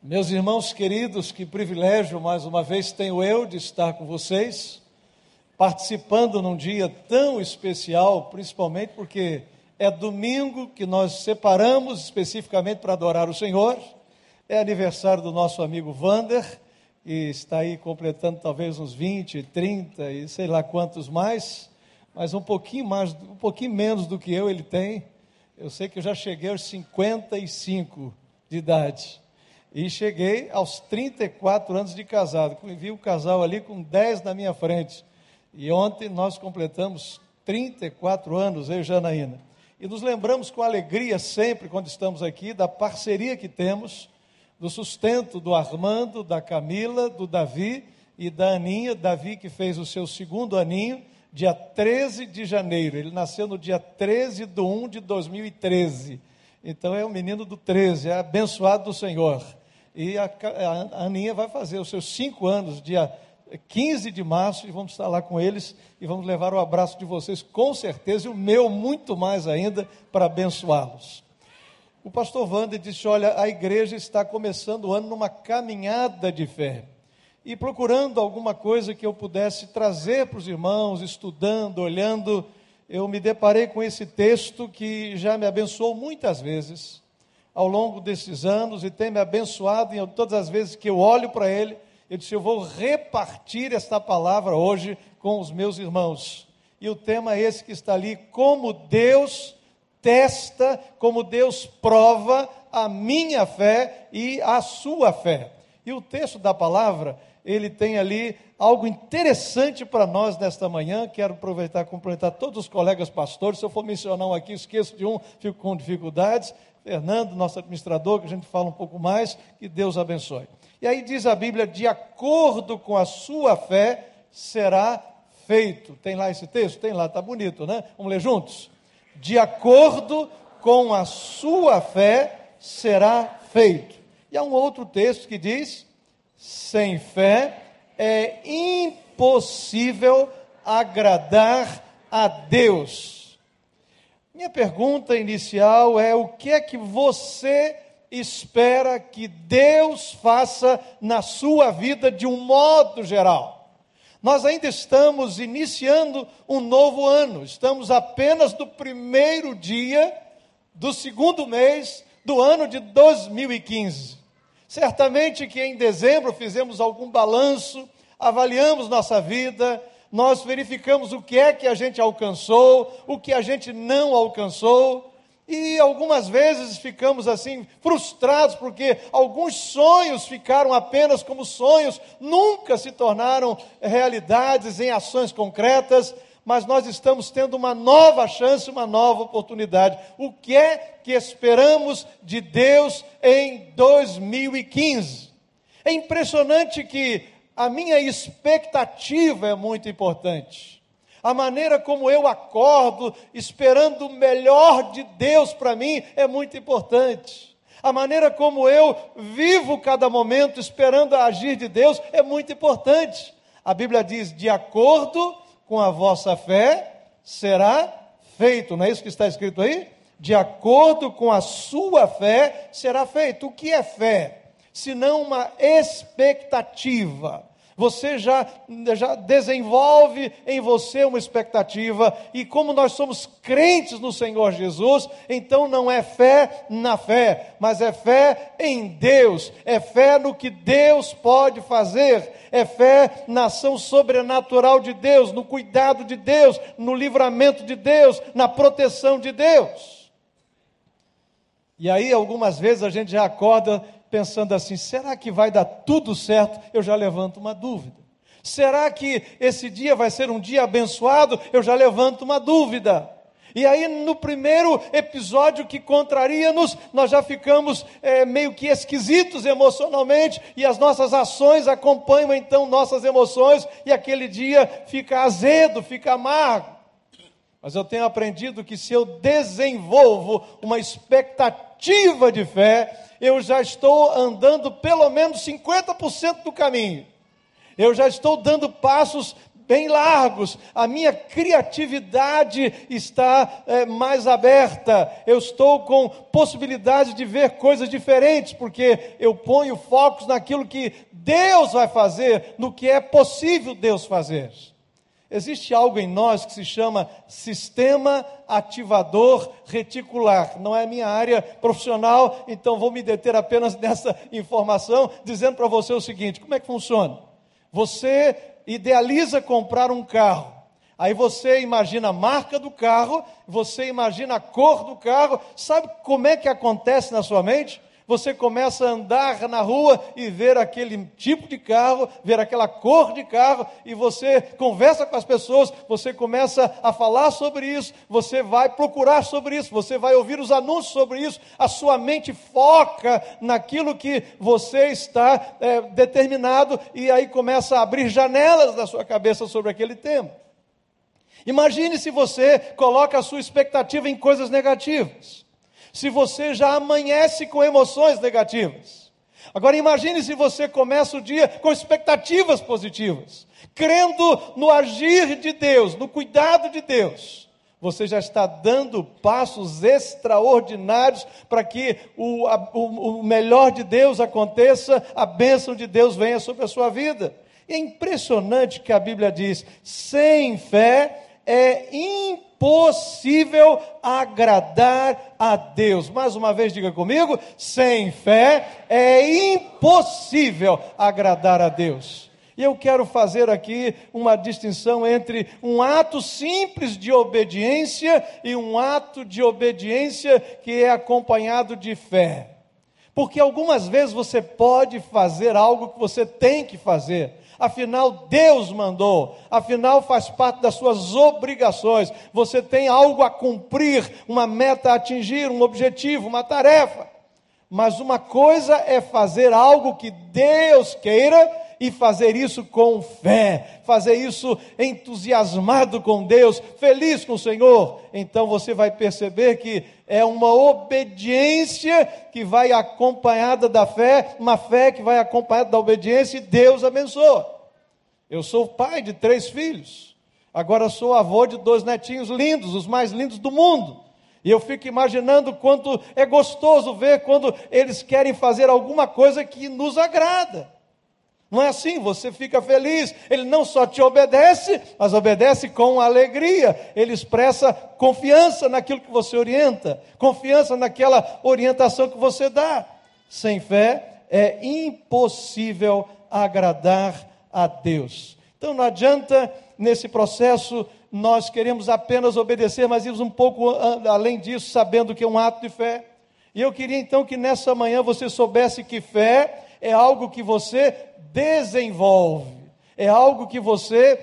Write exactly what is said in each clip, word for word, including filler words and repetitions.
Meus irmãos queridos, que privilégio mais uma vez tenho eu de estar com vocês, participando num dia tão especial, principalmente porque é domingo que nós separamos especificamente para adorar o Senhor. É aniversário do nosso amigo Wander, que está aí completando talvez uns vinte, trinta e sei lá quantos mais, mas um pouquinho mais, um pouquinho menos do que eu ele tem. Eu sei que eu já cheguei aos cinquenta e cinco de idade. E cheguei aos trinta e quatro anos de casado. Vi o casal ali com dez na minha frente. E ontem nós completamos trinta e quatro anos, eu e Janaína. E nos lembramos com alegria sempre, quando estamos aqui, da parceria que temos, do sustento do Armando, da Camila, do Davi e da Aninha. Davi que fez o seu segundo aninho, dia treze de janeiro. Ele nasceu no dia treze de um de dois mil e treze. Então é o menino do treze, é abençoado do Senhor. E a, a Aninha vai fazer os seus cinco anos, dia quinze de março, e vamos estar lá com eles, e vamos levar o abraço de vocês, com certeza, e o meu muito mais ainda, para abençoá-los. O pastor Wander disse, olha, a igreja está começando o ano numa caminhada de fé, e procurando alguma coisa que eu pudesse trazer para os irmãos, estudando, olhando, eu me deparei com esse texto que já me abençoou muitas vezes, ao longo desses anos, e tem me abençoado em todas as vezes que eu olho para ele. Eu disse, eu vou repartir esta palavra hoje com os meus irmãos. E o tema é esse que está ali, como Deus testa, como Deus prova a minha fé e a sua fé. E o texto da palavra, ele tem ali algo interessante para nós nesta manhã. Quero aproveitar e cumprimentar todos os colegas pastores. Se eu for mencionar um aqui, esqueço de um, fico com dificuldades. Fernando, nosso administrador, que a gente fala um pouco mais, que Deus abençoe. E aí diz a Bíblia, de acordo com a sua fé, será feito. Tem lá esse texto? Tem lá, está bonito, né? Vamos ler juntos? De acordo com a sua fé, será feito. E há um outro texto que diz, sem fé é impossível agradar a Deus. Minha pergunta inicial é, o que é que você espera que Deus faça na sua vida de um modo geral? Nós ainda estamos iniciando um novo ano, estamos apenas no primeiro dia do segundo mês do ano de dois mil e quinze. Certamente que em dezembro fizemos algum balanço, avaliamos nossa vida, nós verificamos o que é que a gente alcançou, o que a gente não alcançou, e algumas vezes ficamos assim frustrados, porque alguns sonhos ficaram apenas como sonhos, nunca se tornaram realidades em ações concretas, mas nós estamos tendo uma nova chance, uma nova oportunidade. O que é que esperamos de Deus em dois mil e quinze? É impressionante que a minha expectativa é muito importante. A maneira como eu acordo, esperando o melhor de Deus para mim, é muito importante. A maneira como eu vivo cada momento, esperando a agir de Deus, é muito importante. A Bíblia diz, de acordo com a vossa fé, será feito. Não é isso que está escrito aí? De acordo com a sua fé, será feito. O que é fé? Senão uma expectativa. Você já, já desenvolve em você uma expectativa, e como nós somos crentes no Senhor Jesus, então não é fé na fé, mas é fé em Deus, é fé no que Deus pode fazer, é fé na ação sobrenatural de Deus, no cuidado de Deus, no livramento de Deus, na proteção de Deus. E aí algumas vezes a gente já acorda pensando assim, será que vai dar tudo certo? Eu já levanto uma dúvida. Será que esse dia vai ser um dia abençoado? Eu já levanto uma dúvida. E aí no primeiro episódio que contraria-nos, nós já ficamos é, meio que esquisitos emocionalmente, e as nossas ações acompanham então nossas emoções, e aquele dia fica azedo, fica amargo. Mas eu tenho aprendido que se eu desenvolvo uma expectativa de fé, eu já estou andando pelo menos cinquenta por cento do caminho. Eu já estou dando passos bem largos, a minha criatividade está é, mais aberta, eu estou com possibilidade de ver coisas diferentes, porque eu ponho focos naquilo que Deus vai fazer, no que é possível Deus fazer. Existe algo em nós que se chama sistema ativador reticular. Não é minha área profissional, então vou me deter apenas nessa informação, dizendo para você o seguinte: como é que funciona? Você idealiza comprar um carro. Aí você imagina a marca do carro, você imagina a cor do carro. Sabe como é que acontece na sua mente? Você começa a andar na rua e ver aquele tipo de carro, ver aquela cor de carro, e você conversa com as pessoas, você começa a falar sobre isso, você vai procurar sobre isso, você vai ouvir os anúncios sobre isso, a sua mente foca naquilo que você está é, determinado, e aí começa a abrir janelas na sua cabeça sobre aquele tema. Imagine se você coloca a sua expectativa em coisas negativas. Se você já amanhece com emoções negativas. Agora imagine se você começa o dia com expectativas positivas, crendo no agir de Deus, no cuidado de Deus. Você já está dando passos extraordinários para que o, a, o, o melhor de Deus aconteça, a bênção de Deus venha sobre a sua vida. E é impressionante que a Bíblia diz: sem fé é impossível agradar a Deus. Mais uma vez, diga comigo: sem fé é impossível agradar a Deus. E eu quero fazer aqui uma distinção entre um ato simples de obediência e um ato de obediência que é acompanhado de fé. Porque algumas vezes você pode fazer algo que você tem que fazer, afinal Deus mandou, afinal faz parte das suas obrigações, você tem algo a cumprir, uma meta a atingir, um objetivo, uma tarefa. Mas uma coisa é fazer algo que Deus queira e fazer isso com fé, fazer isso entusiasmado com Deus, feliz com o Senhor. Então você vai perceber que é uma obediência que vai acompanhada da fé, uma fé que vai acompanhada da obediência, e Deus abençoa. Eu sou pai de três filhos, agora sou avô de dois netinhos lindos, os mais lindos do mundo. E eu fico imaginando quanto é gostoso ver quando eles querem fazer alguma coisa que nos agrada. Não é assim? Você fica feliz, ele não só te obedece, mas obedece com alegria, ele expressa confiança naquilo que você orienta, confiança naquela orientação que você dá. Sem fé é impossível agradar a Deus. Então não adianta, nesse processo, nós queremos apenas obedecer, mas irmos um pouco além disso, sabendo que é um ato de fé. E eu queria então que nessa manhã você soubesse que fé é algo que você desenvolve, é algo que você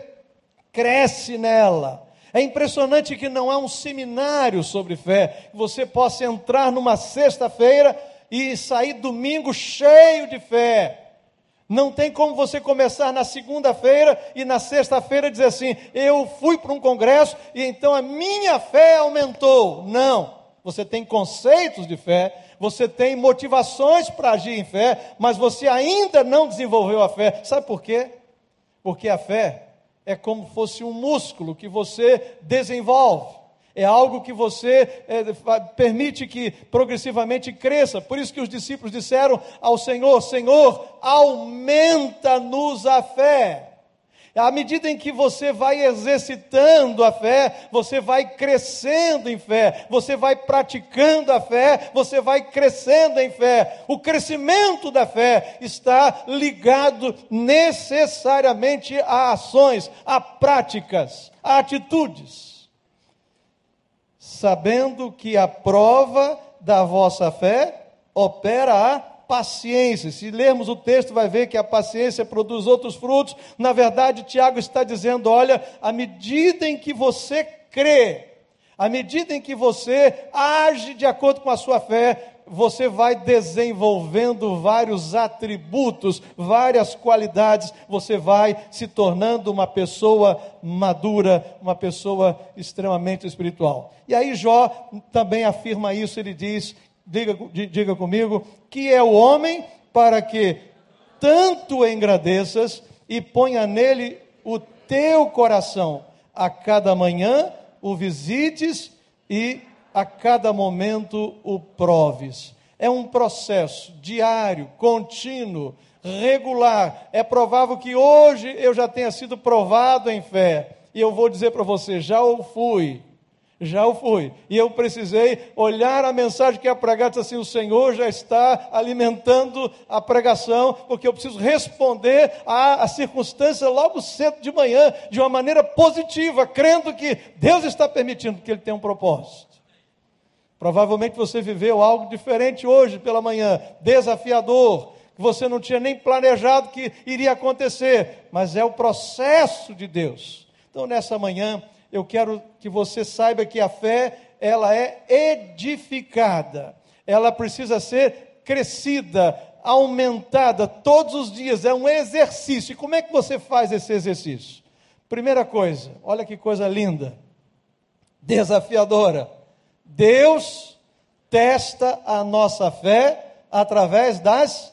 cresce nela. É impressionante que não há um seminário sobre fé, que você possa entrar numa sexta-feira e sair domingo cheio de fé. Não tem como você começar na segunda-feira e na sexta-feira dizer assim: eu fui para um congresso e então a minha fé aumentou. Não, você tem conceitos de fé, você tem motivações para agir em fé, mas você ainda não desenvolveu a fé. Sabe por quê? Porque a fé é como se fosse um músculo que você desenvolve. É algo que você é, permite que progressivamente cresça. Por isso que os discípulos disseram ao Senhor: Senhor, aumenta-nos a fé. À medida em que você vai exercitando a fé, você vai crescendo em fé, você vai praticando a fé, você vai crescendo em fé. O crescimento da fé está ligado necessariamente a ações, a práticas, a atitudes. Sabendo que a prova da vossa fé opera a paciência. Se lermos o texto, vai ver que a paciência produz outros frutos. Na verdade, Tiago está dizendo: olha, à medida em que você crê, à medida em que você age de acordo com a sua fé, você vai desenvolvendo vários atributos, várias qualidades, você vai se tornando uma pessoa madura, uma pessoa extremamente espiritual. E aí Jó também afirma isso, ele diz, diga, diga comigo, que é o homem para que tanto engrandeças e ponha nele o teu coração. A cada manhã o visites e a cada momento o proves. É um processo diário, contínuo, regular. É provável que hoje eu já tenha sido provado em fé. E eu vou dizer para você, já o fui. Já o fui. E eu precisei olhar a mensagem que é pregada e dizer assim, o Senhor já está alimentando a pregação, porque eu preciso responder à, à circunstância logo cedo de manhã, de uma maneira positiva, crendo que Deus está permitindo que Ele tenha um propósito. Provavelmente você viveu algo diferente hoje pela manhã, desafiador, que você não tinha nem planejado que iria acontecer, mas é o processo de Deus. Então, nessa manhã, eu quero que você saiba que a fé, ela é edificada, ela precisa ser crescida, aumentada todos os dias, é um exercício. E como é que você faz esse exercício? Primeira coisa, olha que coisa linda, desafiadora. Deus testa a nossa fé através das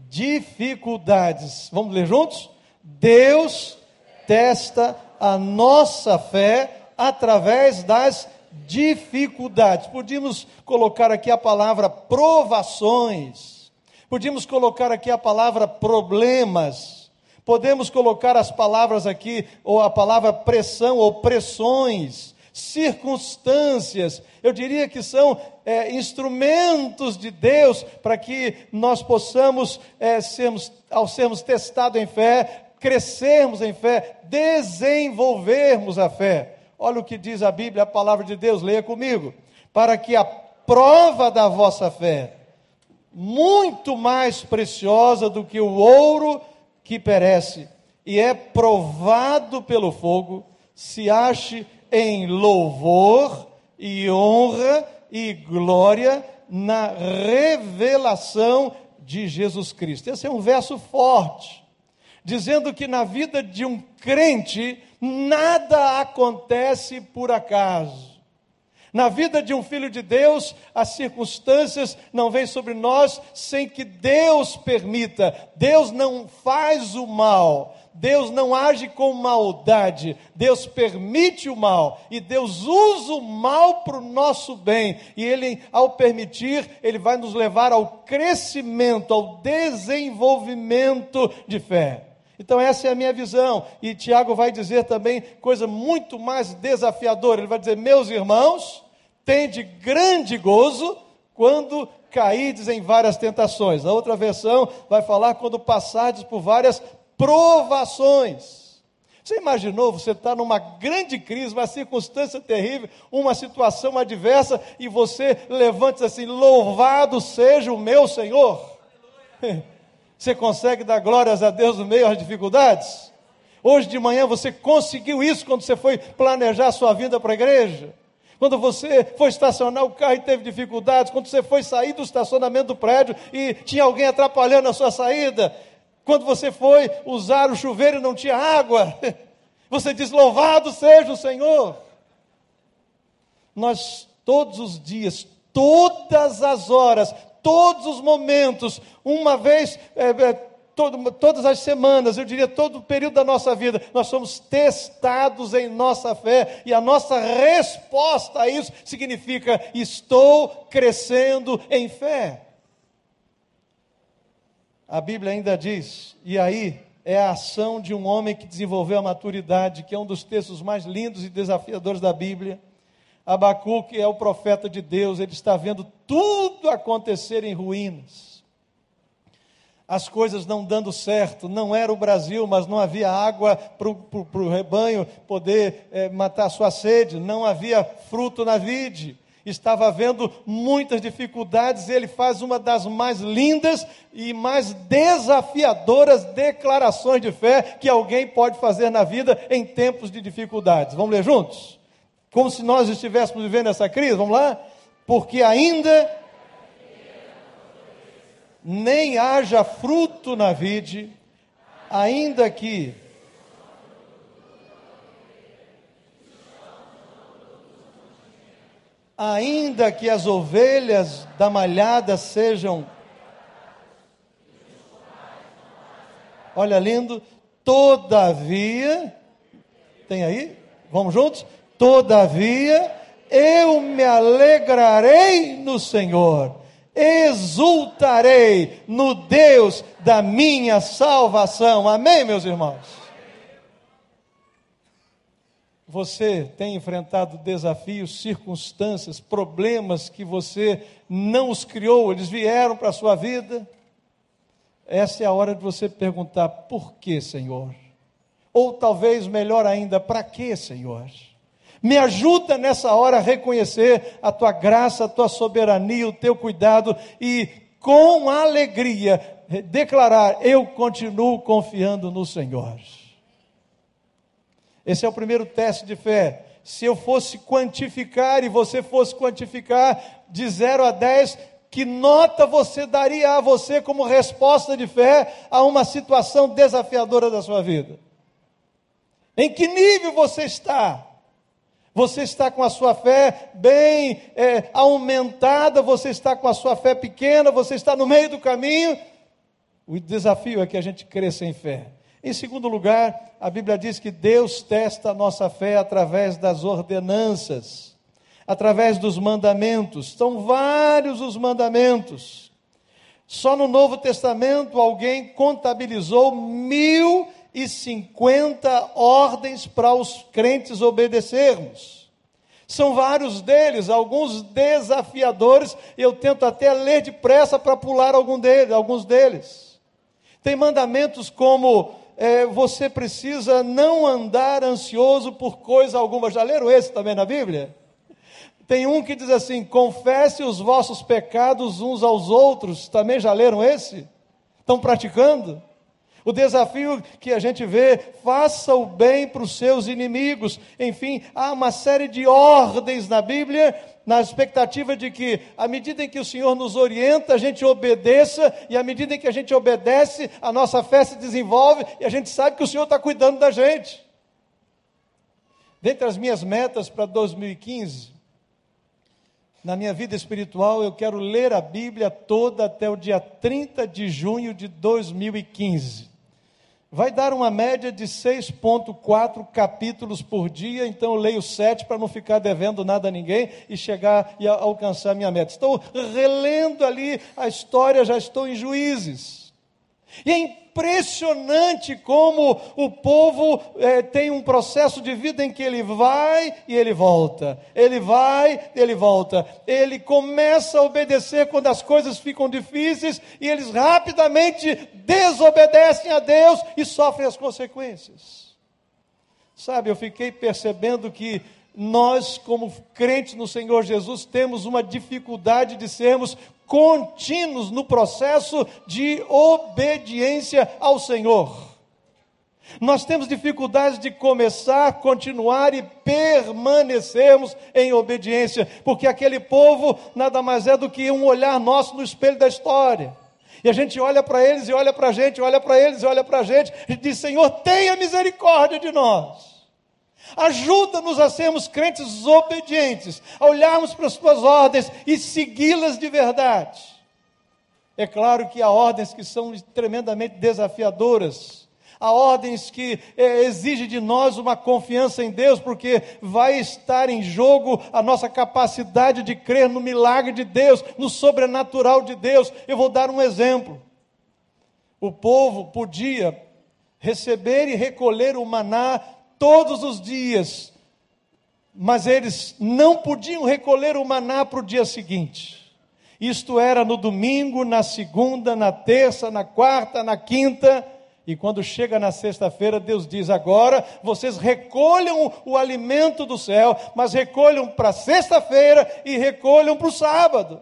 dificuldades. Vamos ler juntos? Deus testa a nossa fé através das dificuldades. Podíamos colocar aqui a palavra provações, podíamos colocar aqui a palavra problemas, podemos colocar as palavras aqui, ou a palavra pressão ou pressões, circunstâncias. Eu diria que são é, instrumentos de Deus para que nós possamos, é, sermos, ao sermos testados em fé, crescermos em fé, desenvolvermos a fé. Olha o que diz a Bíblia, a palavra de Deus, leia comigo. Para que a prova da vossa fé, muito mais preciosa do que o ouro que perece, e é provado pelo fogo, se ache em louvor e honra e glória na revelação de Jesus Cristo. Esse é um verso forte, dizendo que na vida de um crente, nada acontece por acaso. Na vida de um filho de Deus, as circunstâncias não vêm sobre nós sem que Deus permita. Deus não faz o mal, Deus não age com maldade, Deus permite o mal, e Deus usa o mal para o nosso bem, e Ele, ao permitir, Ele vai nos levar ao crescimento, ao desenvolvimento de fé. Então essa é a minha visão, e Tiago vai dizer também coisa muito mais desafiadora. Ele vai dizer, meus irmãos, tende grande gozo quando caídes em várias tentações. A outra versão vai falar quando passardes por várias provações. Você imaginou, você está numa grande crise, uma circunstância terrível, uma situação adversa, e você levanta assim, louvado seja o meu Senhor. Você consegue dar glórias a Deus no meio das dificuldades? Hoje de manhã você conseguiu isso quando você foi planejar a sua vinda para a igreja? Quando você foi estacionar o carro e teve dificuldades? Quando você foi sair do estacionamento do prédio e tinha alguém atrapalhando a sua saída? Quando você foi usar o chuveiro e não tinha água? Você diz, louvado seja o Senhor. Nós todos os dias, todas as horas, todos os momentos, uma vez, é, é, todo, todas as semanas, eu diria todo o período da nossa vida, nós somos testados em nossa fé, e a nossa resposta a isso significa, estou crescendo em fé. A Bíblia ainda diz, e aí é a ação de um homem que desenvolveu a maturidade, que é um dos textos mais lindos e desafiadores da Bíblia. Abacuque é o profeta de Deus, ele está vendo tudo acontecer em ruínas. As coisas não dando certo, não era o Brasil, mas não havia água para o rebanho poder é, matar a sua sede, não havia fruto na vide, estava havendo muitas dificuldades, e ele faz uma das mais lindas e mais desafiadoras declarações de fé que alguém pode fazer na vida em tempos de dificuldades. Vamos ler juntos? Como se nós estivéssemos vivendo essa crise, vamos lá? Porque ainda nem haja fruto na vide, ainda que ainda que as ovelhas da malhada sejam, olha lindo, todavia, Tem aí? Vamos juntos? Todavia, eu me alegrarei no Senhor, exultarei no Deus da minha salvação. Amém, meus irmãos? Você tem enfrentado desafios, circunstâncias, problemas que você não os criou, eles vieram para a sua vida. Essa é a hora de você perguntar, por que, Senhor? Ou talvez, melhor ainda, para que, Senhor? Me ajuda nessa hora a reconhecer a Tua graça, a Tua soberania, o Teu cuidado e com alegria declarar, eu continuo confiando no Senhor. Esse é o primeiro teste de fé. Se eu fosse quantificar e você fosse quantificar de zero a dez, que nota você daria a você como resposta de fé a uma situação desafiadora da sua vida? Em que nível você está? Você está com a sua fé bem é, aumentada? Você está com a sua fé pequena? Você está no meio do caminho? O desafio é que a gente cresça em fé. Em segundo lugar, a Bíblia diz que Deus testa a nossa fé através das ordenanças, através dos mandamentos. São vários os mandamentos. Só no Novo Testamento alguém contabilizou mil e cinquenta ordens para os crentes obedecermos. São vários deles, alguns desafiadores, eu tento até ler depressa para pular algum deles, alguns deles. Tem mandamentos como é, você precisa não andar ansioso por coisa alguma. Já leram esse também na Bíblia? Tem um que diz assim, confesse os vossos pecados uns aos outros. Também já leram esse? Estão praticando? O desafio que a gente vê, faça o bem para os seus inimigos. Enfim, há uma série de ordens na Bíblia, na expectativa de que, à medida em que o Senhor nos orienta, a gente obedeça, e à medida em que a gente obedece, a nossa fé se desenvolve, e a gente sabe que o Senhor está cuidando da gente. Dentre as minhas metas para dois mil e quinze, na minha vida espiritual, eu quero ler a Bíblia toda até o dia trinta de junho de dois mil e quinze. Vai dar uma média de seis vírgula quatro capítulos por dia, então eu leio sete para não ficar devendo nada a ninguém e chegar e alcançar a minha meta. Estou relendo ali a história, já estou em Juízes. E é impressionante como o povo é, tem um processo de vida em que ele vai e ele volta, ele vai e ele volta, ele começa a obedecer quando as coisas ficam difíceis e eles rapidamente desobedecem a Deus e sofrem as consequências. Sabe, eu fiquei percebendo que nós, como crentes no Senhor Jesus, temos uma dificuldade de sermos contínuos no processo de obediência ao Senhor. Nós temos dificuldades de começar, continuar e permanecermos em obediência, porque aquele povo nada mais é do que um olhar nosso no espelho da história. E a gente olha para eles e olha para a gente, olha para eles e olha para a gente, e diz, Senhor, tenha misericórdia de nós. Ajuda-nos a sermos crentes obedientes, a olharmos para as tuas ordens e segui-las de verdade. É claro que há ordens que são tremendamente desafiadoras, há ordens que é, exigem de nós uma confiança em Deus, porque vai estar em jogo a nossa capacidade de crer no milagre de Deus, no sobrenatural de Deus. Eu vou dar um exemplo. O povo podia receber e recolher o maná todos os dias, mas eles não podiam recolher o maná para o dia seguinte. Isto era no domingo, na segunda, na terça, na quarta, na quinta, e quando chega na sexta-feira, Deus diz, agora vocês recolham o alimento do céu, mas recolham para sexta-feira e recolham para o sábado.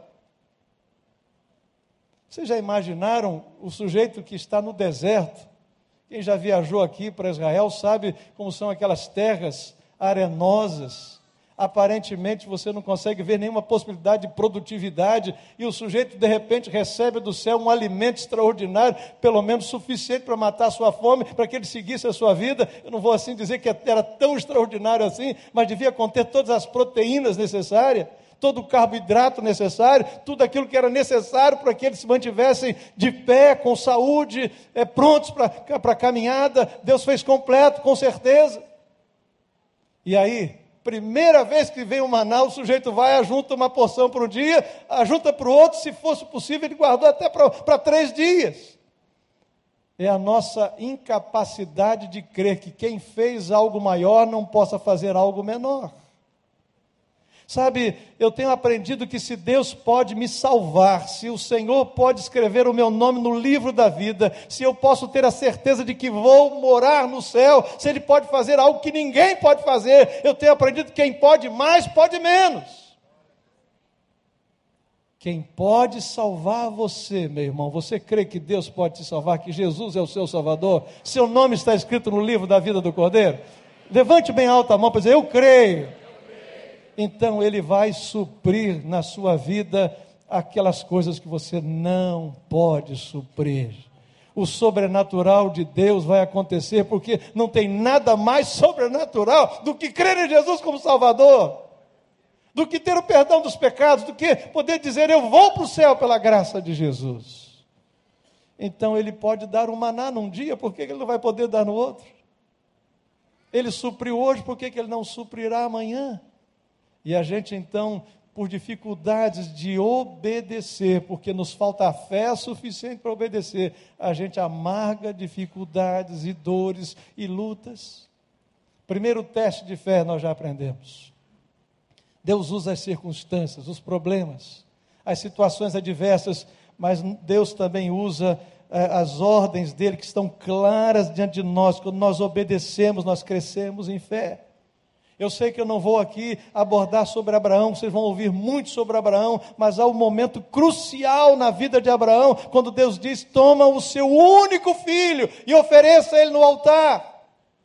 Vocês já imaginaram o sujeito que está no deserto? Quem já viajou aqui para Israel sabe como são aquelas terras arenosas. Aparentemente você não consegue ver nenhuma possibilidade de produtividade e o sujeito de repente recebe do céu um alimento extraordinário, pelo menos suficiente para matar a sua fome, para que ele seguisse a sua vida. Eu não vou assim dizer que era tão extraordinário assim, mas devia conter todas as proteínas necessárias, todo o carboidrato necessário, tudo aquilo que era necessário para que eles se mantivessem de pé, com saúde, é, prontos para a caminhada. Deus fez completo, com certeza. E aí, primeira vez que vem o maná, o sujeito vai, ajunta uma porção para um dia, ajunta para o outro, se fosse possível, ele guardou até para três dias. É a nossa incapacidade de crer que quem fez algo maior não possa fazer algo menor. Sabe, eu tenho aprendido que se Deus pode me salvar, se o Senhor pode escrever o meu nome no livro da vida, se eu posso ter a certeza de que vou morar no céu, se Ele pode fazer algo que ninguém pode fazer, eu tenho aprendido que quem pode mais, pode menos. Quem pode salvar você, meu irmão, você crê que Deus pode te salvar, que Jesus é o seu Salvador? Seu nome está escrito no livro da vida do Cordeiro? Levante bem alta a mão para dizer, eu creio. Então Ele vai suprir na sua vida aquelas coisas que você não pode suprir. O sobrenatural de Deus vai acontecer, porque não tem nada mais sobrenatural do que crer em Jesus como Salvador, do que ter o perdão dos pecados, do que poder dizer, eu vou para o céu pela graça de Jesus. Então Ele pode dar um maná num dia, por que Ele não vai poder dar no outro? Ele supriu hoje, por que Ele não suprirá amanhã? E a gente então, por dificuldades de obedecer, porque nos falta a fé suficiente para obedecer, a gente amarga dificuldades e dores e lutas. Primeiro teste de fé nós já aprendemos. Deus usa as circunstâncias, os problemas, as situações adversas, mas Deus também usa eh, as ordens dEle que estão claras diante de nós. Quando nós obedecemos, nós crescemos em fé. Eu sei que eu não vou aqui abordar sobre Abraão, vocês vão ouvir muito sobre Abraão, mas há um momento crucial na vida de Abraão, quando Deus diz, toma o seu único filho e ofereça ele no altar.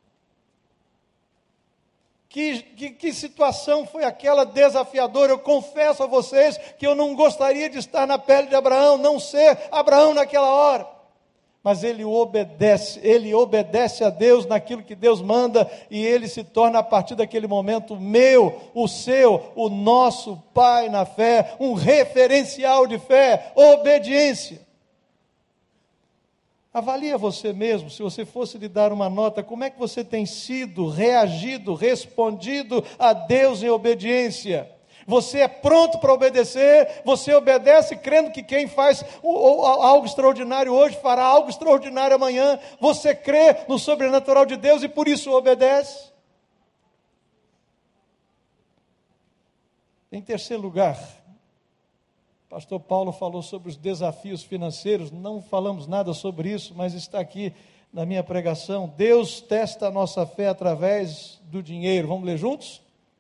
Que, que, que situação foi aquela desafiadora? Eu confesso a vocês que eu não gostaria de estar na pele de Abraão, não ser Abraão naquela hora. Mas ele obedece, ele obedece a Deus naquilo que Deus manda, e ele se torna a partir daquele momento meu, o seu, o nosso pai na fé, um referencial de fé, obediência. Avalia você mesmo, se você fosse lhe dar uma nota, como é que você tem sido, reagido, respondido a Deus em obediência? Você é pronto para obedecer, você obedece crendo que quem faz algo extraordinário hoje fará algo extraordinário amanhã. Você crê no sobrenatural de Deus e por isso obedece. Em terceiro lugar, o pastor Paulo falou sobre os desafios financeiros, não falamos nada sobre isso, mas está aqui na minha pregação. Deus testa a nossa fé através do dinheiro. Vamos ler juntos?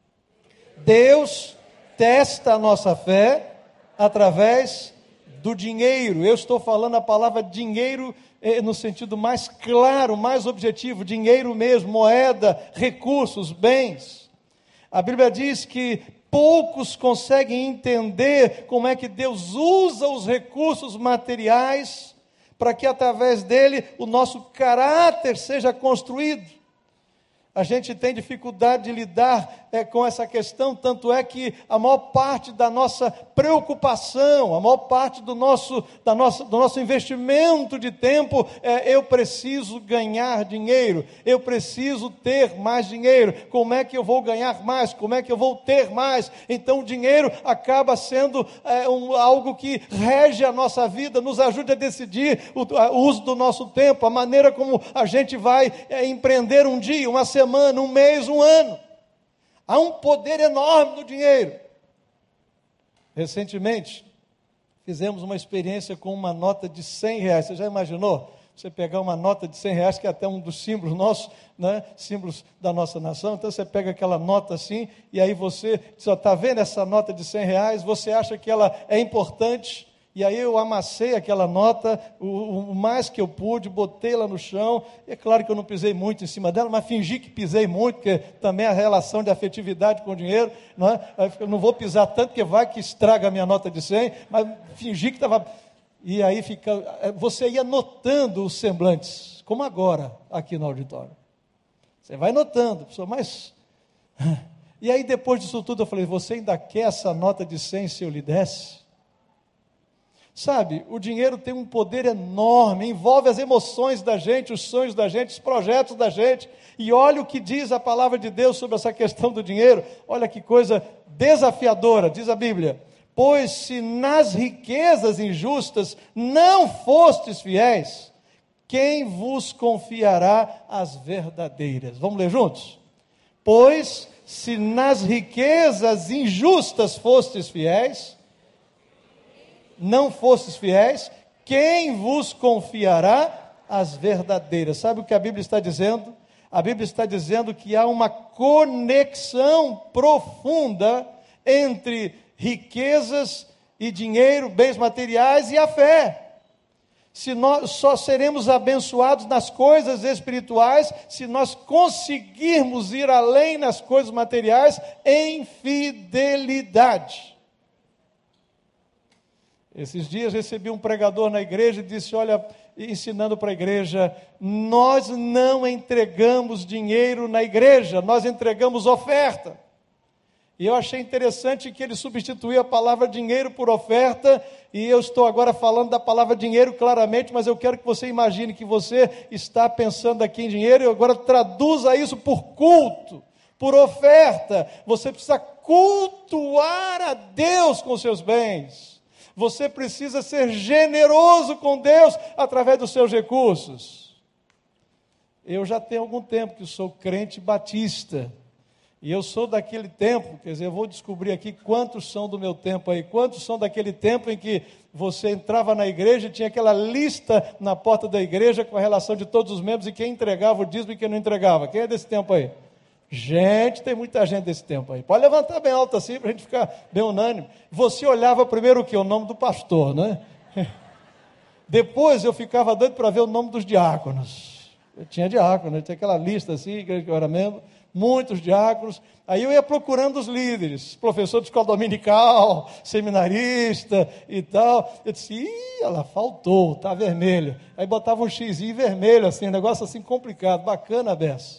Deus testa a nossa fé através do dinheiro. Eu estou falando a palavra dinheiro eh, no sentido mais claro, mais objetivo, dinheiro mesmo, moeda, recursos, bens. A Bíblia diz que poucos conseguem entender como é que Deus usa os recursos materiais para que através dele o nosso caráter seja construído. A gente tem dificuldade de lidar é, com essa questão, tanto é que a maior parte da nossa preocupação, a maior parte do nosso, da nossa, do nosso investimento de tempo é, eu preciso ganhar dinheiro, eu preciso ter mais dinheiro, como é que eu vou ganhar mais, como é que eu vou ter mais? Então o dinheiro acaba sendo é, um, algo que rege a nossa vida, nos ajuda a decidir o, a, o uso do nosso tempo, a maneira como a gente vai é, empreender um dia, uma semana, semana, um mês, um ano. Há um poder enorme no dinheiro. Recentemente, fizemos uma experiência com uma nota de cem reais. Você já imaginou? Você pegar uma nota de cem reais, que é até um dos símbolos nossos, né? Símbolos da nossa nação. Então você pega aquela nota assim, e aí você diz, está vendo essa nota de cem reais? Você acha que ela é importante? E aí eu amassei aquela nota, o, o mais que eu pude, botei lá no chão. É claro que eu não pisei muito em cima dela, mas fingi que pisei muito, porque também a relação de afetividade com o dinheiro, não é? Eu não vou pisar tanto, porque vai que estraga a minha nota de cem, mas fingi que estava... E aí fica, você ia notando os semblantes, como agora, aqui no auditório. Você vai notando, pessoal, mas... E aí depois disso tudo eu falei, você ainda quer essa nota de cem se eu lhe desse? Sabe, o dinheiro tem um poder enorme, envolve as emoções da gente, os sonhos da gente, os projetos da gente. E olha o que diz a palavra de Deus sobre essa questão do dinheiro. Olha que coisa desafiadora, diz a Bíblia. Pois se nas riquezas injustas não fostes fiéis, quem vos confiará as verdadeiras? Vamos ler juntos? Pois se nas riquezas injustas fostes fiéis, não fostes fiéis, quem vos confiará as verdadeiras? Sabe o que a Bíblia está dizendo? A Bíblia está dizendo que há uma conexão profunda entre riquezas e dinheiro, bens materiais e a fé. Se nós só seremos abençoados nas coisas espirituais se nós conseguirmos ir além nas coisas materiais em fidelidade. Esses dias recebi um pregador na igreja e disse, olha, ensinando para a igreja, nós não entregamos dinheiro na igreja, nós entregamos oferta. E eu achei interessante que ele substituiu a palavra dinheiro por oferta, e eu estou agora falando da palavra dinheiro claramente, mas eu quero que você imagine que você está pensando aqui em dinheiro, e agora traduza isso por culto, por oferta. Você precisa cultuar a Deus com seus bens. Você precisa ser generoso com Deus através dos seus recursos. Eu já tenho algum tempo que sou crente batista, e eu sou daquele tempo, quer dizer, eu vou descobrir aqui quantos são do meu tempo aí, quantos são daquele tempo em que você entrava na igreja e tinha aquela lista na porta da igreja com a relação de todos os membros e quem entregava o dízimo e quem não entregava. Quem é desse tempo aí? Gente, tem muita gente desse tempo aí. Pode levantar bem alto assim para a gente ficar bem unânime. Você olhava primeiro o quê? O nome do pastor, né? Depois eu ficava doido para ver o nome dos diáconos. Eu tinha diácono, eu tinha aquela lista assim, que eu era membro, muitos diáconos. Aí eu ia procurando os líderes, professor de escola dominical, seminarista e tal. Eu disse, ih, ela faltou, está vermelho. Aí botava um xizinho vermelho, assim, um negócio assim complicado, bacana, Bessa.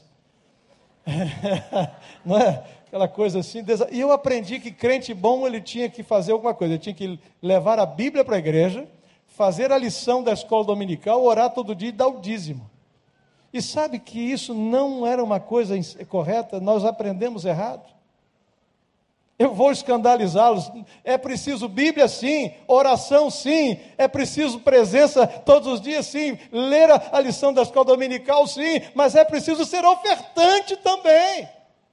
Não é? Aquela coisa assim. E eu aprendi que crente bom, ele tinha que fazer alguma coisa, ele tinha que levar a Bíblia para a igreja, fazer a lição da escola dominical, orar todo dia e dar o dízimo. E sabe que isso não era uma coisa correta, nós aprendemos errado. Eu vou escandalizá-los, é preciso Bíblia sim, oração sim, é preciso presença todos os dias sim, ler a, a lição da escola dominical sim, mas é preciso ser ofertante também.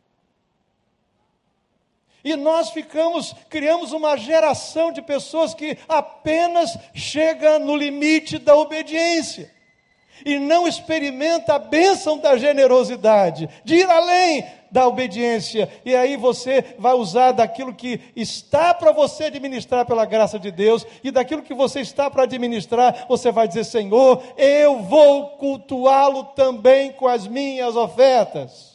E nós ficamos, criamos uma geração de pessoas que apenas chega no limite da obediência. E não experimenta a bênção da generosidade, de ir além da obediência, e aí você vai usar daquilo que está para você administrar pela graça de Deus, e daquilo que você está para administrar, você vai dizer, Senhor, eu vou cultuá-lo também com as minhas ofertas.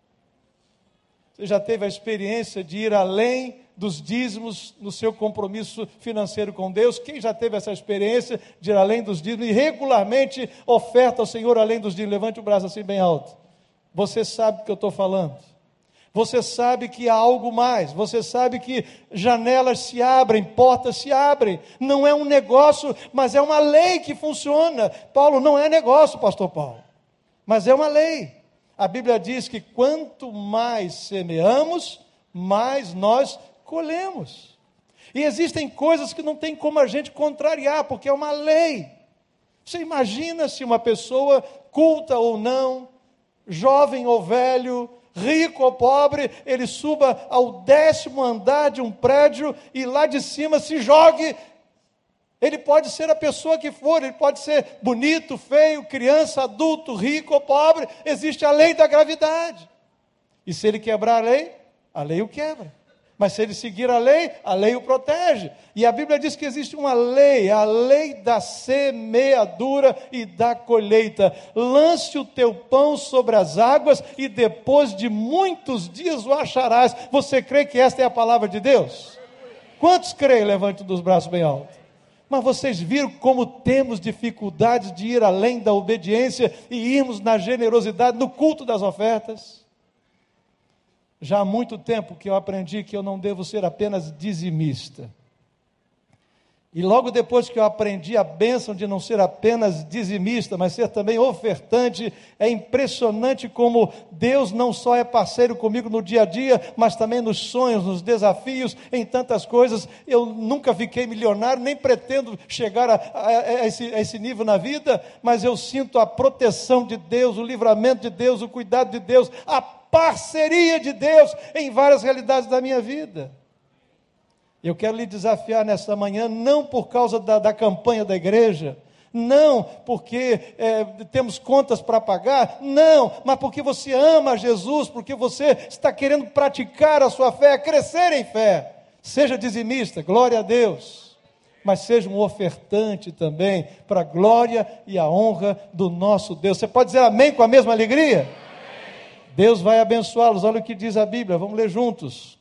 Você já teve a experiência de ir além dos dízimos no seu compromisso financeiro com Deus? Quem já teve essa experiência de ir além dos dízimos e regularmente oferta ao Senhor além dos dízimos? Levante o braço assim bem alto. Você sabe do que eu estou falando. Você sabe que há algo mais. Você sabe que janelas se abrem, portas se abrem. Não é um negócio, mas é uma lei que funciona. Paulo, não é negócio, pastor Paulo, mas é uma lei. A Bíblia diz que quanto mais semeamos, mais nós colhemos. E existem coisas que não tem como a gente contrariar, porque é uma lei. Você imagina se uma pessoa, culta ou não, jovem ou velho, rico ou pobre, ele suba ao décimo andar de um prédio e lá de cima se jogue. Ele pode ser a pessoa que for, ele pode ser bonito, feio, criança, adulto, rico ou pobre, existe a lei da gravidade. E se ele quebrar a lei, a lei o quebra. Mas se ele seguir a lei, a lei o protege. E a Bíblia diz que existe uma lei, a lei da semeadura e da colheita. Lance o teu pão sobre as águas e depois de muitos dias o acharás. Você crê que esta é a palavra de Deus? Quantos creem? Levante dos braços bem alto. Mas vocês viram como temos dificuldades de ir além da obediência e irmos na generosidade, no culto das ofertas? Já há muito tempo que eu aprendi que eu não devo ser apenas dizimista. E logo depois que eu aprendi a bênção de não ser apenas dizimista, mas ser também ofertante, é impressionante como Deus não só é parceiro comigo no dia a dia, mas também nos sonhos, nos desafios, em tantas coisas. Eu nunca fiquei milionário, nem pretendo chegar a, a, a, esse, a esse nível na vida, mas eu sinto a proteção de Deus, o livramento de Deus, o cuidado de Deus, a parceria de Deus em várias realidades da minha vida. Eu quero lhe desafiar nesta manhã, não por causa da, da campanha da igreja, não porque é, temos contas para pagar, não, mas porque você ama Jesus, porque você está querendo praticar a sua fé, crescer em fé. Seja dizimista, glória a Deus, mas seja um ofertante também, para a glória e a honra do nosso Deus. Você pode dizer amém com a mesma alegria? Amém. Deus vai abençoá-los. Olha o que diz a Bíblia, vamos ler juntos.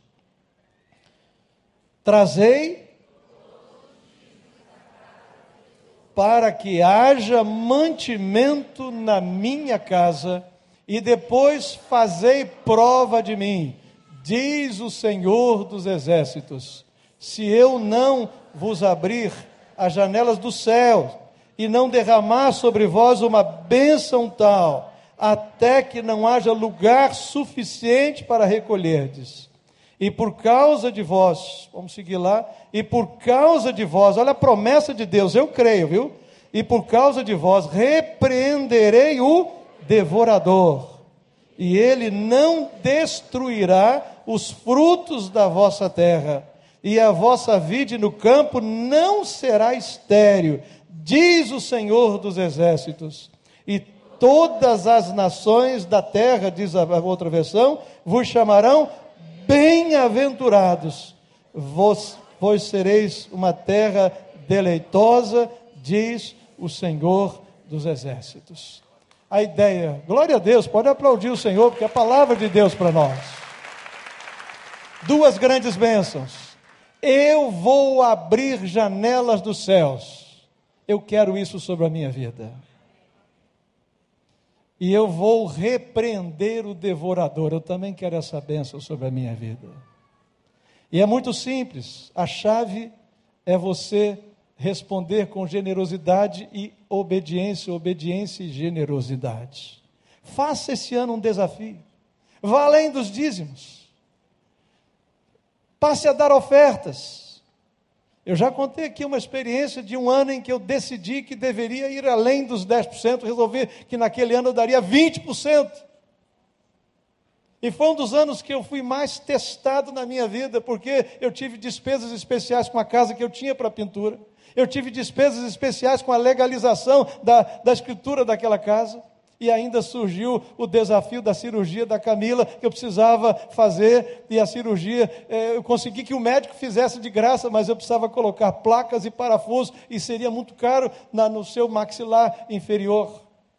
Trazei para que haja mantimento na minha casa, e depois fazei prova de mim, diz o Senhor dos Exércitos, se eu não vos abrir as janelas do céu, e não derramar sobre vós uma bênção tal, até que não haja lugar suficiente para recolherdes. E por causa de vós, vamos seguir lá, e por causa de vós, olha a promessa de Deus, eu creio, viu? E por causa de vós, repreenderei o devorador, e ele não destruirá os frutos da vossa terra, e a vossa vide no campo não será estéril, diz o Senhor dos Exércitos. E todas as nações da terra, diz a outra versão, vos chamarão bem-aventurados, vós, vós sereis uma terra deleitosa, diz o Senhor dos Exércitos. A ideia, glória a Deus, pode aplaudir o Senhor, porque é a palavra de Deus para nós. Duas grandes bênçãos. Eu vou abrir janelas dos céus. Eu quero isso sobre a minha vida. E eu vou repreender o devorador. Eu também quero essa bênção sobre a minha vida. E é muito simples. A chave é você responder com generosidade e obediência, obediência e generosidade. Faça esse ano um desafio. Vá além dos dízimos. Passe a dar ofertas. Eu já contei aqui uma experiência de um ano em que eu decidi que deveria ir além dos dez por cento, resolvi que naquele ano eu daria vinte por cento. E foi um dos anos que eu fui mais testado na minha vida, porque eu tive despesas especiais com a casa que eu tinha para pintura, eu tive despesas especiais com a legalização da, da escritura daquela casa, e ainda surgiu o desafio da cirurgia da Camila, que eu precisava fazer, e a cirurgia, eh, eu consegui que o médico fizesse de graça, mas eu precisava colocar placas e parafusos, e seria muito caro na, no seu maxilar inferior.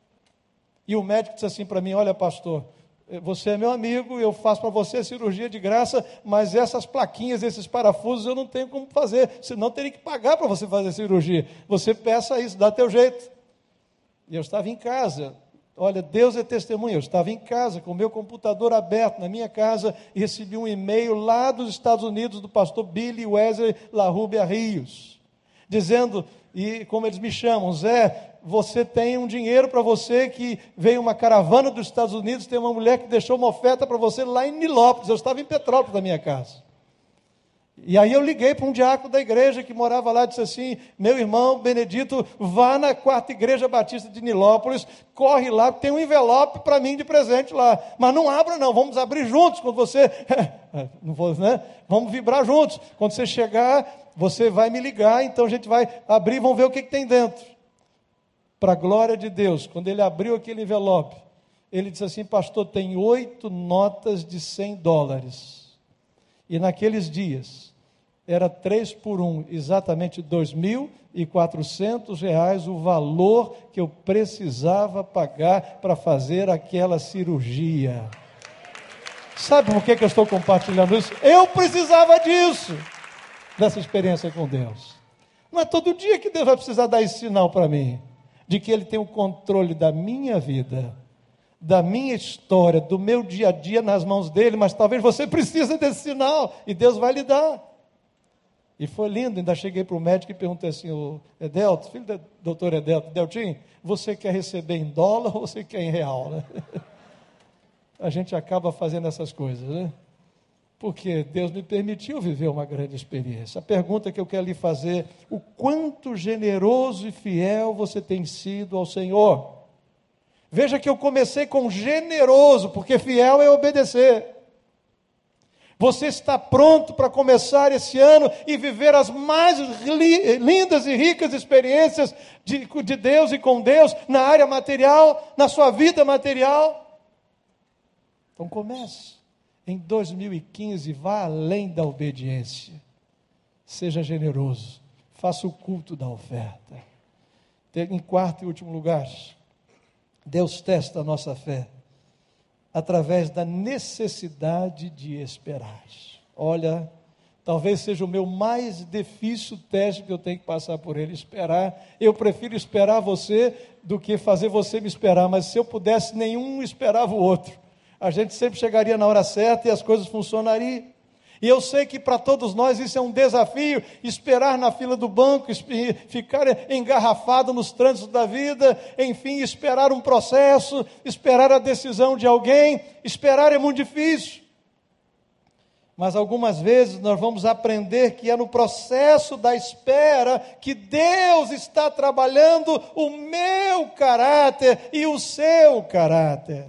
E o médico disse assim para mim, olha pastor, você é meu amigo, eu faço para você a cirurgia de graça, mas essas plaquinhas, esses parafusos eu não tenho como fazer, senão eu teria que pagar para você fazer a cirurgia. Você peça isso, dá teu jeito. E eu estava em casa. Olha, Deus é testemunha, eu estava em casa, com o meu computador aberto na minha casa, e recebi um e-mail lá dos Estados Unidos, do pastor Billy Wesley LaRubia Rios, dizendo, e como eles me chamam, Zé, você tem um dinheiro para você, que veio uma caravana dos Estados Unidos, tem uma mulher que deixou uma oferta para você lá em Nilópolis, eu estava em Petrópolis da minha casa. E aí eu liguei para um diácono da igreja que morava lá e disse assim, meu irmão Benedito, vá na quarta igreja batista de Nilópolis, corre lá, tem um envelope para mim de presente lá, mas não abra não, vamos abrir juntos, quando você, não vou, né? Vamos vibrar juntos, quando você chegar, você vai me ligar, então a gente vai abrir, vamos ver o que, que tem dentro. Para a glória de Deus, quando ele abriu aquele envelope, ele disse assim, pastor, tem oito notas de cem dólares, e naqueles dias, era três por um, exatamente dois mil e quatrocentos reais o valor que eu precisava pagar para fazer aquela cirurgia. Sabe por que, que eu estou compartilhando isso? Eu precisava disso, dessa experiência com Deus. Não é todo dia que Deus vai precisar dar esse sinal para mim, de que Ele tem o controle da minha vida, da minha história, do meu dia a dia nas mãos dEle, mas talvez você precise desse sinal, e Deus vai lhe dar. E foi lindo, ainda cheguei para o médico e perguntei assim, o Edelto, filho do doutor Edelto, Deltinho, você quer receber em dólar ou você quer em real, né? A gente acaba fazendo essas coisas, né? Porque Deus me permitiu viver uma grande experiência. A pergunta que eu quero lhe fazer, o quanto generoso e fiel você tem sido ao Senhor? Veja que eu comecei com generoso, porque fiel é obedecer. Você está pronto para começar esse ano e viver as mais li- lindas e ricas experiências de, de Deus e com Deus na área material, na sua vida material? Então comece. Em dois mil e quinze, vá além da obediência. Seja generoso. Faça o culto da oferta. Em quarto e último lugar, Deus testa a nossa fé através da necessidade de esperar. Olha, talvez seja o meu mais difícil teste que eu tenho que passar por ele, esperar. Eu prefiro esperar você do que fazer você me esperar, mas se eu pudesse, nenhum esperava o outro. A gente sempre chegaria na hora certa e as coisas funcionariam. E eu sei que para todos nós isso é um desafio, esperar na fila do banco, ficar engarrafado nos trânsitos da vida, enfim, esperar um processo, esperar a decisão de alguém. Esperar é muito difícil. Mas algumas vezes nós vamos aprender que é no processo da espera que Deus está trabalhando o meu caráter e o seu caráter.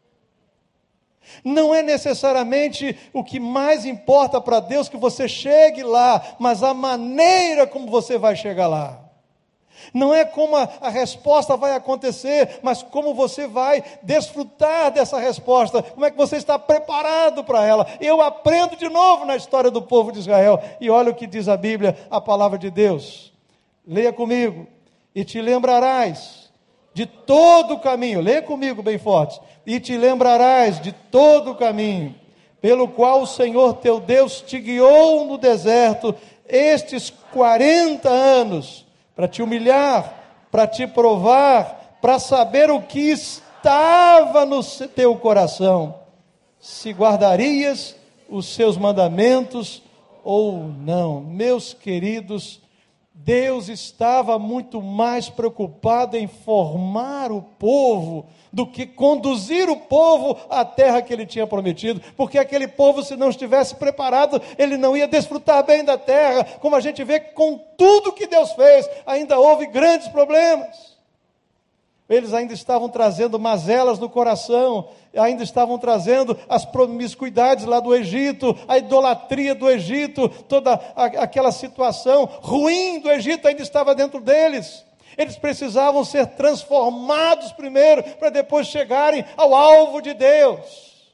Não é necessariamente o que mais importa para Deus que você chegue lá, mas a maneira como você vai chegar lá. Não é como a, a resposta vai acontecer, mas como você vai desfrutar dessa resposta, como é que você está preparado para ela. Eu aprendo de novo na história do povo de Israel, e olha o que diz a Bíblia, a palavra de Deus. Leia comigo, e te lembrarás de todo o caminho, leia comigo bem forte, e te lembrarás de todo o caminho, pelo qual o Senhor teu Deus te guiou no deserto, estes quarenta anos, para te humilhar, para te provar, para saber o que estava no teu coração, se guardarias os seus mandamentos ou não. Meus queridos, Deus estava muito mais preocupado em formar o povo do que conduzir o povo à terra que ele tinha prometido, porque aquele povo, se não estivesse preparado, ele não ia desfrutar bem da terra. Como a gente vê, com tudo que Deus fez, ainda houve grandes problemas. Eles ainda estavam trazendo mazelas no coração, ainda estavam trazendo as promiscuidades lá do Egito, a idolatria do Egito, toda a, aquela situação ruim do Egito ainda estava dentro deles. Eles precisavam ser transformados primeiro, para depois chegarem ao alvo de Deus.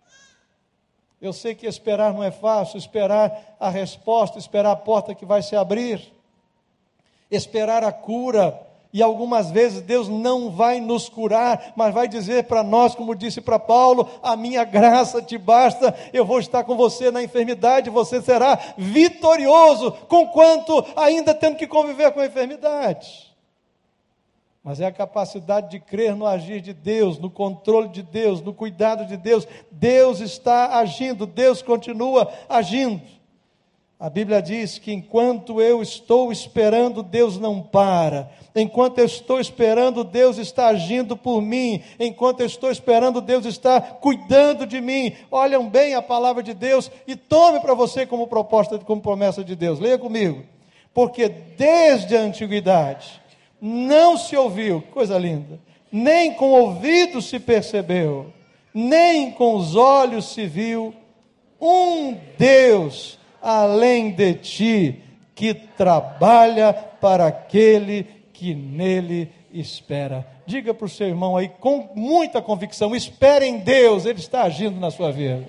Eu sei que esperar não é fácil, esperar a resposta, esperar a porta que vai se abrir, esperar a cura. E algumas vezes Deus não vai nos curar, mas vai dizer para nós, como disse para Paulo, a minha graça te basta, eu vou estar com você na enfermidade, você será vitorioso, conquanto ainda tendo que conviver com a enfermidade. Mas é a capacidade de crer no agir de Deus, no controle de Deus, no cuidado de Deus. Deus está agindo, Deus continua agindo. A Bíblia diz que enquanto eu estou esperando, Deus não para. Enquanto eu estou esperando, Deus está agindo por mim. Enquanto eu estou esperando, Deus está cuidando de mim. Olham bem a palavra de Deus e tome para você como proposta, como promessa de Deus. Leia comigo. Porque desde a antiguidade não se ouviu, coisa linda, nem com o ouvido se percebeu, nem com os olhos se viu, um Deus além de ti, que trabalha para aquele que nele espera. Diga para o seu irmão aí com muita convicção, espere em Deus, Ele está agindo na sua vida.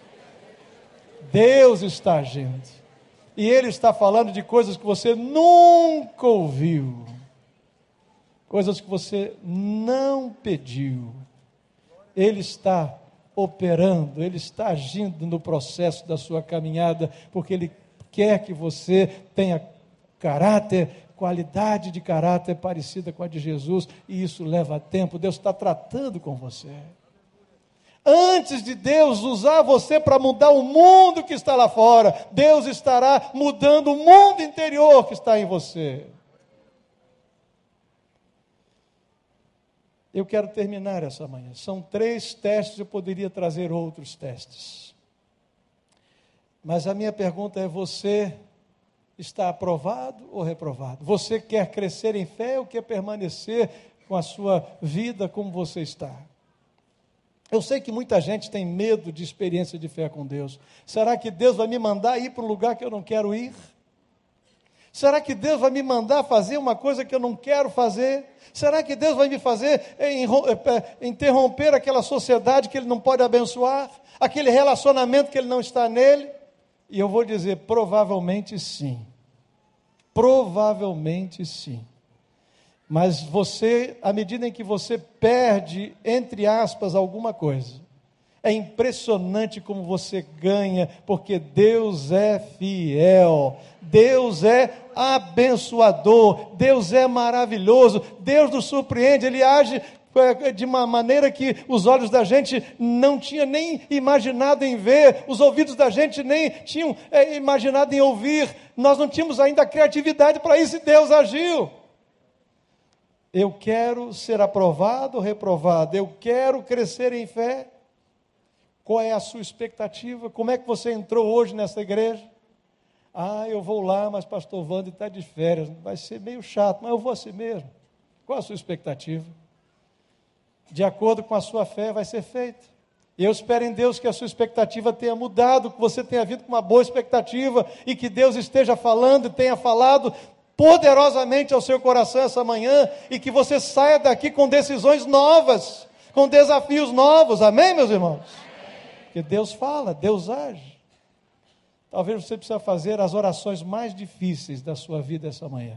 Deus está agindo, e Ele está falando de coisas que você nunca ouviu, coisas que você não pediu. Ele está operando, Ele está agindo no processo da sua caminhada, porque Ele quer que você tenha caráter, qualidade de caráter parecida com a de Jesus, e isso leva tempo. Deus está tratando com você. Antes de Deus usar você para mudar o mundo que está lá fora, Deus estará mudando o mundo interior que está em você. Eu quero terminar essa manhã. São três testes, eu poderia trazer outros testes. Mas a minha pergunta é: você está aprovado ou reprovado? Você quer crescer em fé ou quer permanecer com a sua vida como você está? Eu sei que muita gente tem medo de experiência de fé com Deus. Será que Deus vai me mandar ir para um lugar que eu não quero ir? Será que Deus vai me mandar fazer uma coisa que eu não quero fazer? Será que Deus vai me fazer interromper aquela sociedade que Ele não pode abençoar? Aquele relacionamento que Ele não está nele? E eu vou dizer, provavelmente sim. Provavelmente sim. Mas você, à medida em que você perde, entre aspas, alguma coisa, é impressionante como você ganha, porque Deus é fiel, Deus é abençoador, Deus é maravilhoso, Deus nos surpreende, Ele age de uma maneira que os olhos da gente não tinham nem imaginado em ver, os ouvidos da gente nem tinham é, imaginado em ouvir, nós não tínhamos ainda a criatividade para isso e Deus agiu. Eu quero ser aprovado ou reprovado? Eu quero crescer em fé? Qual é a sua expectativa? Como é que você entrou hoje nessa igreja? Ah, eu vou lá, mas pastor Wander está de férias, vai ser meio chato, mas eu vou assim mesmo. Qual a sua expectativa? De acordo com a sua fé vai ser feito. E eu espero em Deus que a sua expectativa tenha mudado, que você tenha vindo com uma boa expectativa e que Deus esteja falando e tenha falado poderosamente ao seu coração essa manhã e que você saia daqui com decisões novas, com desafios novos. Amém, meus irmãos? Porque Deus fala, Deus age. Talvez você precise fazer as orações mais difíceis da sua vida essa manhã.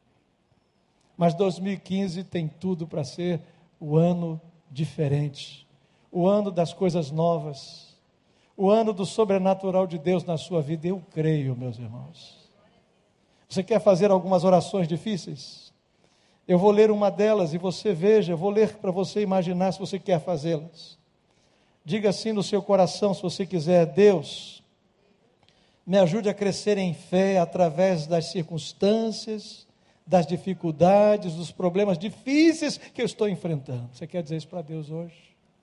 Mas dois mil e quinze tem tudo para ser o ano diferente, o ano das coisas novas, o ano do sobrenatural de Deus na sua vida. Eu creio, meus irmãos. Você quer fazer algumas orações difíceis? Eu vou ler uma delas e você veja, eu vou ler para você imaginar se você quer fazê-las. Diga assim no seu coração, se você quiser: Deus, me ajude a crescer em fé através das circunstâncias, das dificuldades, dos problemas difíceis que eu estou enfrentando. Você quer dizer isso para Deus hoje?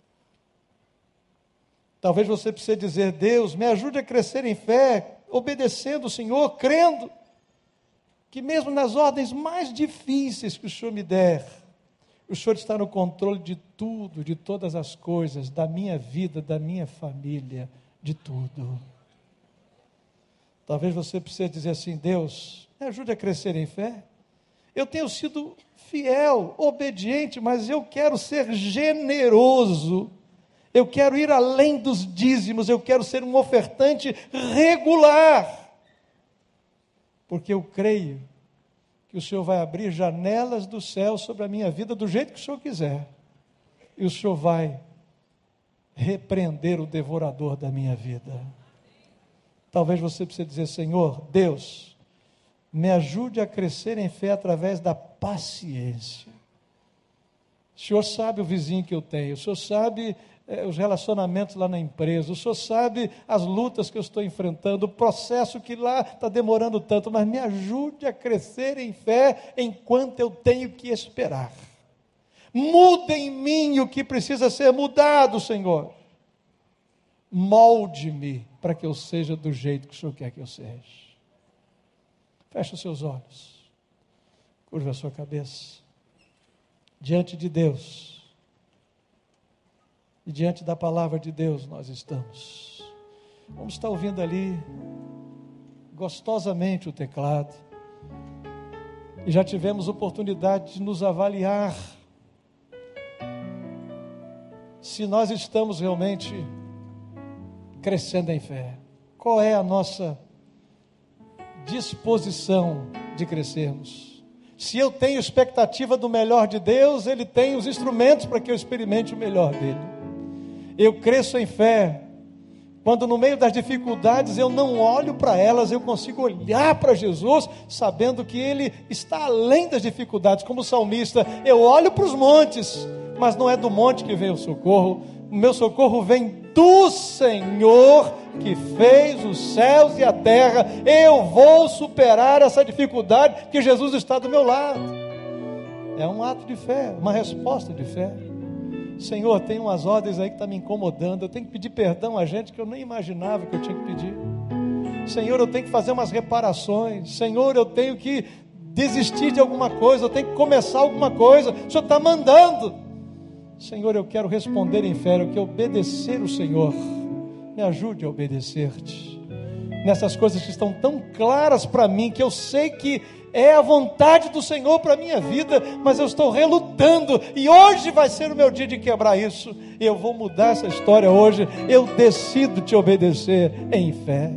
Talvez você precise dizer: Deus, me ajude a crescer em fé, obedecendo o Senhor, crendo que mesmo nas ordens mais difíceis que o Senhor me der, o Senhor está no controle de tudo, de todas as coisas, da minha vida, da minha família, de tudo. Talvez você precise dizer assim: Deus, me ajude a crescer em fé. Eu tenho sido fiel, obediente, mas eu quero ser generoso. Eu quero ir além dos dízimos, eu quero ser um ofertante regular. Porque eu creio que o Senhor vai abrir janelas do céu sobre a minha vida do jeito que o Senhor quiser. E o Senhor vai repreender o devorador da minha vida. Talvez você precise dizer: Senhor, Deus, me ajude a crescer em fé através da paciência. O Senhor sabe o vizinho que eu tenho, o Senhor sabe É, os relacionamentos lá na empresa, o Senhor sabe as lutas que eu estou enfrentando, o processo que lá está demorando tanto, mas me ajude a crescer em fé enquanto eu tenho que esperar. Muda em mim o que precisa ser mudado, Senhor. Molde-me para que eu seja do jeito que o Senhor quer que eu seja. Feche os seus olhos, curva a sua cabeça, diante de Deus. E diante da palavra de Deus nós estamos. Vamos estar ouvindo ali gostosamente o teclado. E já tivemos oportunidade de nos avaliar se nós estamos realmente crescendo em fé. Qual é a nossa disposição de crescermos? Se eu tenho expectativa do melhor de Deus, Ele tem os instrumentos para que eu experimente o melhor dEle. Eu cresço em fé quando no meio das dificuldades eu não olho para elas, eu consigo olhar para Jesus, sabendo que Ele está além das dificuldades. Como o salmista, eu olho para os montes, mas não é do monte que vem o socorro. O meu socorro vem do Senhor que fez os céus e a terra. Eu vou superar essa dificuldade, porque Jesus está do meu lado. É um ato de fé, uma resposta de fé. Senhor, tem umas ordens aí que estão me incomodando, eu tenho que pedir perdão a gente que eu nem imaginava que eu tinha que pedir. Senhor, eu tenho que fazer umas reparações. Senhor, eu tenho que desistir de alguma coisa, eu tenho que começar alguma coisa. O Senhor está mandando. Senhor, eu quero responder em fé, eu quero obedecer o Senhor. Me ajude a obedecer-te nessas coisas que estão tão claras para mim, que eu sei que é a vontade do Senhor para a minha vida, mas eu estou relutando, e hoje vai ser o meu dia de quebrar isso, e eu vou mudar essa história hoje. Eu decido te obedecer em fé.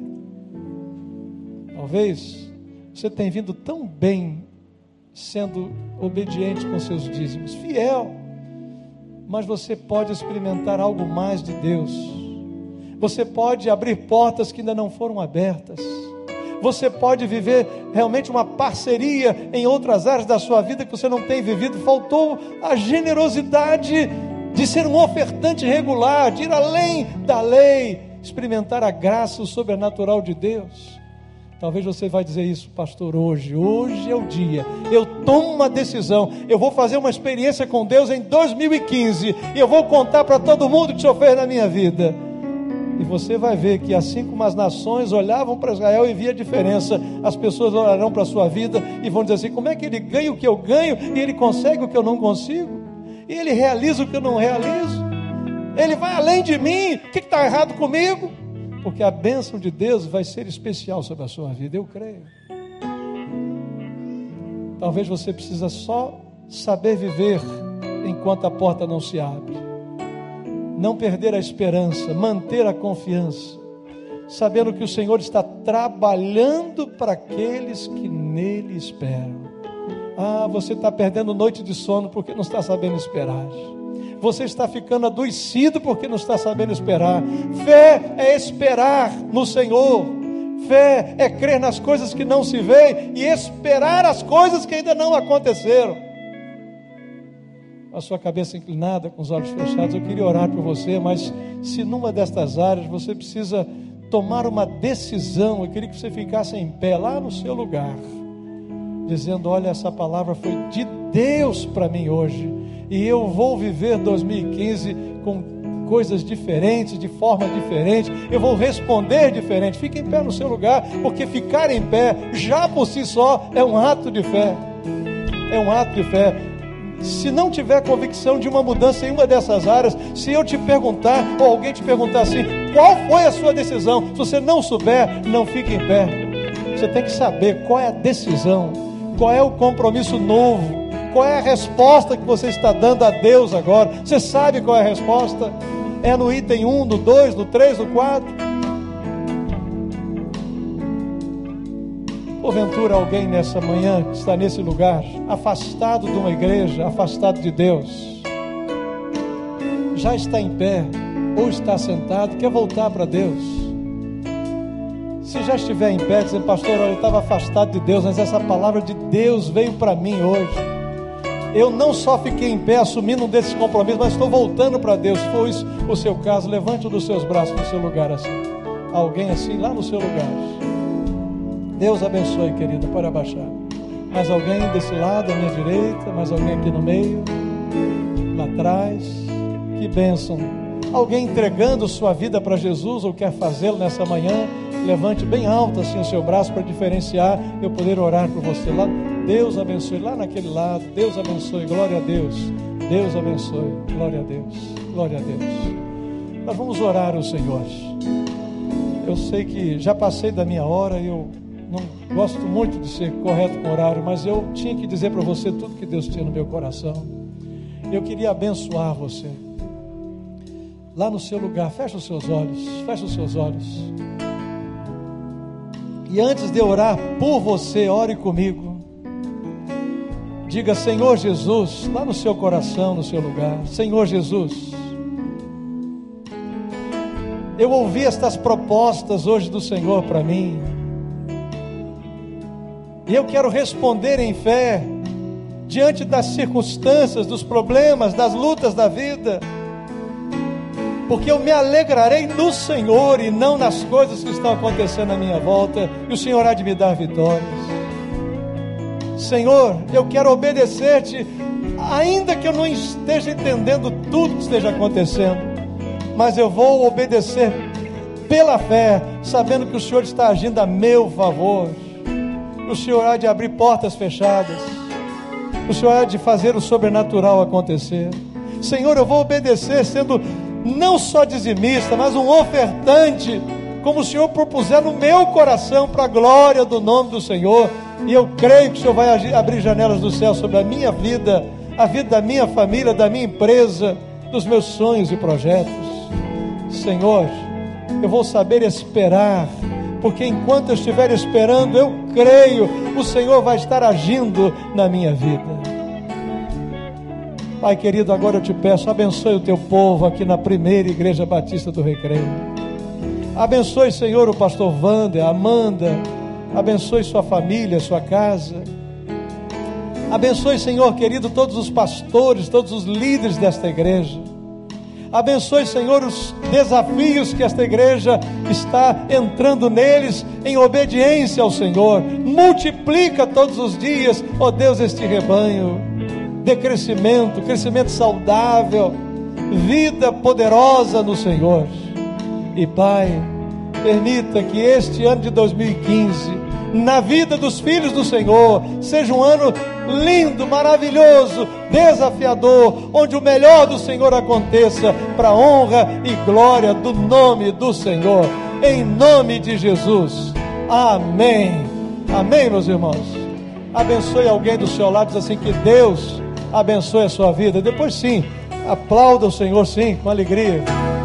Talvez você tenha vindo tão bem sendo obediente com seus dízimos, fiel, mas você pode experimentar algo mais de Deus. Você pode abrir portas que ainda não foram abertas. Você pode viver realmente uma parceria em outras áreas da sua vida que você não tem vivido. Faltou a generosidade de ser um ofertante regular, de ir além da lei, experimentar a graça, o sobrenatural de Deus. Talvez você vai dizer isso, pastor, hoje, hoje é o dia, eu tomo uma decisão, eu vou fazer uma experiência com Deus em dois mil e quinze, e eu vou contar para todo mundo o que o Senhor fez na minha vida. E você vai ver que assim como as nações olhavam para Israel e via a diferença, as pessoas olharão para a sua vida e vão dizer assim: como é que ele ganha o que eu ganho e ele consegue o que eu não consigo? E ele realiza o que eu não realizo? Ele vai além de mim, o que está errado comigo? Porque a bênção de Deus vai ser especial sobre a sua vida, eu creio. Talvez você precisa só saber viver enquanto a porta não se abre. Não perder a esperança, manter a confiança, sabendo que o Senhor está trabalhando para aqueles que nele esperam. Ah, você está perdendo noite de sono porque não está sabendo esperar. Você está ficando adoecido porque não está sabendo esperar. Fé é esperar no Senhor. Fé é crer nas coisas que não se veem e esperar as coisas que ainda não aconteceram. A sua cabeça inclinada, com os olhos fechados, eu queria orar por você, mas se numa destas áreas você precisa tomar uma decisão, eu queria que você ficasse em pé lá no seu lugar, dizendo: olha, essa palavra foi de Deus para mim hoje, e eu vou viver dois mil e quinze com coisas diferentes, de forma diferente, eu vou responder diferente. Fique em pé no seu lugar, porque ficar em pé já por si só é um ato de fé, é um ato de fé. Se não tiver convicção de uma mudança em uma dessas áreas, se eu te perguntar, ou alguém te perguntar assim: qual foi a sua decisão? Se você não souber, não fique em pé. Você tem que saber qual é a decisão, qual é o compromisso novo, qual é a resposta que você está dando a Deus agora. Você sabe qual é a resposta? É no item um, no dois, no três, no quatro? Porventura alguém nessa manhã que está nesse lugar, afastado de uma igreja, afastado de Deus, já está em pé ou está sentado, quer voltar para Deus. Se já estiver em pé, dizendo: pastor, olha, eu estava afastado de Deus, mas essa palavra de Deus veio para mim hoje. Eu não só fiquei em pé assumindo um desses compromissos, mas estou voltando para Deus. Se for isso o seu caso, levante um dos seus braços no seu lugar assim. Alguém assim lá no seu lugar. Deus abençoe, querida, pode abaixar. Mais alguém desse lado, à minha direita, mais alguém aqui no meio, lá atrás. Que bênção. Alguém entregando sua vida para Jesus ou quer fazê-lo nessa manhã, levante bem alto assim o seu braço para diferenciar, eu poder orar por você. Lá, Deus abençoe, lá naquele lado. Deus abençoe, glória a Deus. Deus abençoe, glória a Deus, glória a Deus. Nós vamos orar ao Senhor. Eu sei que já passei da minha hora e eu não gosto muito de ser correto com o horário, mas eu tinha que dizer para você tudo que Deus tinha no meu coração. Eu queria abençoar você. Lá no seu lugar, fecha os seus olhos, fecha os seus olhos. E antes de eu orar por você, ore comigo. Diga: Senhor Jesus, lá no seu coração, no seu lugar: Senhor Jesus, eu ouvi estas propostas hoje do Senhor para mim, e eu quero responder em fé, diante das circunstâncias, dos problemas, das lutas da vida, porque eu me alegrarei no Senhor e não nas coisas que estão acontecendo à minha volta, e o Senhor há de me dar vitórias. Senhor, eu quero obedecer-te, ainda que eu não esteja entendendo tudo que esteja acontecendo, mas eu vou obedecer pela fé, sabendo que o Senhor está agindo a meu favor. O Senhor há de abrir portas fechadas, o Senhor há de fazer o sobrenatural acontecer. Senhor, eu vou obedecer sendo não só dizimista, mas um ofertante, como o Senhor propuser no meu coração, para a glória do nome do Senhor. E eu creio que o Senhor vai agir, abrir janelas do céu sobre a minha vida, a vida da minha família, da minha empresa, dos meus sonhos e projetos. Senhor, eu vou saber esperar, porque enquanto eu estiver esperando, eu creio, o Senhor vai estar agindo na minha vida. Pai querido, agora eu te peço, abençoe o teu povo aqui na primeira Igreja Batista do Recreio. Abençoe, Senhor, o pastor Wander, a Amanda, abençoe sua família, sua casa. Abençoe, Senhor querido, todos os pastores, todos os líderes desta igreja. Abençoe, Senhor, os desafios que esta igreja está entrando neles em obediência ao Senhor. Multiplica todos os dias, ó Deus, este rebanho. Dê crescimento, crescimento saudável, vida poderosa no Senhor. E Pai, permita que este ano de dois mil e quinze, na vida dos filhos do Senhor, seja um ano lindo, maravilhoso, desafiador, onde o melhor do Senhor aconteça, para a honra e glória do nome do Senhor, em nome de Jesus, amém, amém, meus irmãos. Abençoe alguém do seu lado, diz assim: que Deus abençoe a sua vida. Depois sim, aplauda o Senhor, sim, com alegria.